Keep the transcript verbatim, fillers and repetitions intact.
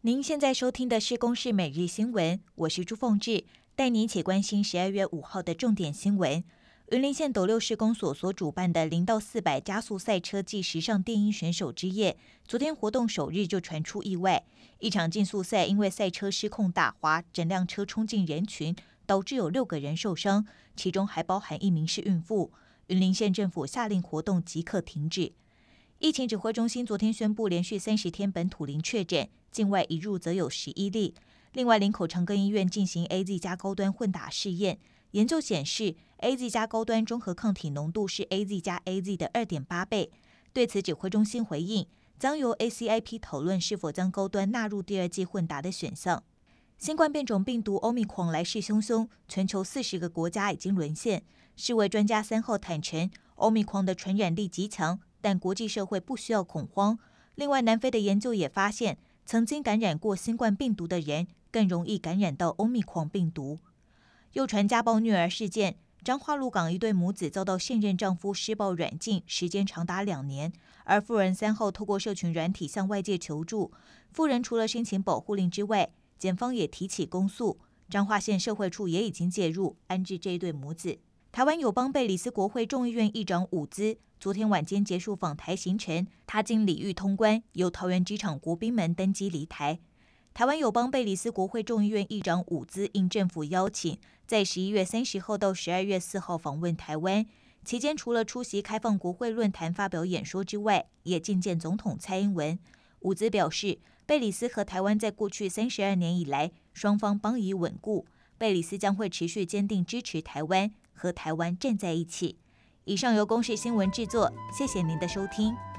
您现在收听的是《公视每日新闻》，我是朱凤志，带你一起关心十二月五号的重点新闻。云林县斗六市公所所主办的零到四百加速赛车暨时尚电音选手之夜，昨天活动首日就传出意外，一场竞速赛因为赛车失控打滑，整辆车冲进人群，导致有六个人受伤，其中还包含一名是孕妇。云林县政府下令活动即刻停止。疫情指挥中心昨天宣布，连续三十天本土零确诊，境外移入则有十一例。另外，林口长庚医院进行 A Z 加高端混打试验，研究显示 A Z 加高端中和抗体浓度是 A Z 加 A Z 的 二点八倍。对此，指挥中心回应，将由 A C I P 讨论是否将高端纳入第二剂混打的选项。新冠变种病毒欧密狂来势汹汹，全球四十个国家已经沦陷。世卫专家三号坦承，欧密狂的传染力极强，但国际社会不需要恐慌。另外，南非的研究也发现，曾经感染过新冠病毒的人更容易感染到欧密狂病毒。又传家暴虐儿事件，彰化鹿港一对母子遭到现任丈夫施暴软禁，时间长达两年。而妇人三号透过社群软体向外界求助，妇人除了申请保护令之外，检方也提起公诉，彰化县社会处也已经介入安置这一对母子。台湾友邦贝里斯国会众议院议长伍兹昨天晚间结束访台行程，他经礼遇通关，由桃园机场国宾门登机离台。台湾友邦贝里斯国会众议院议长伍兹应政府邀请，在十一月三十号到十二月四号访问台湾，期间除了出席开放国会论坛发表演说之外，也觐见总统蔡英文。伍兹表示，贝里斯和台湾在过去三十二年以来，双方邦谊稳固，贝里斯将会持续坚定支持台湾，和台湾站在一起。以上由公视新闻制作，谢谢您的收听。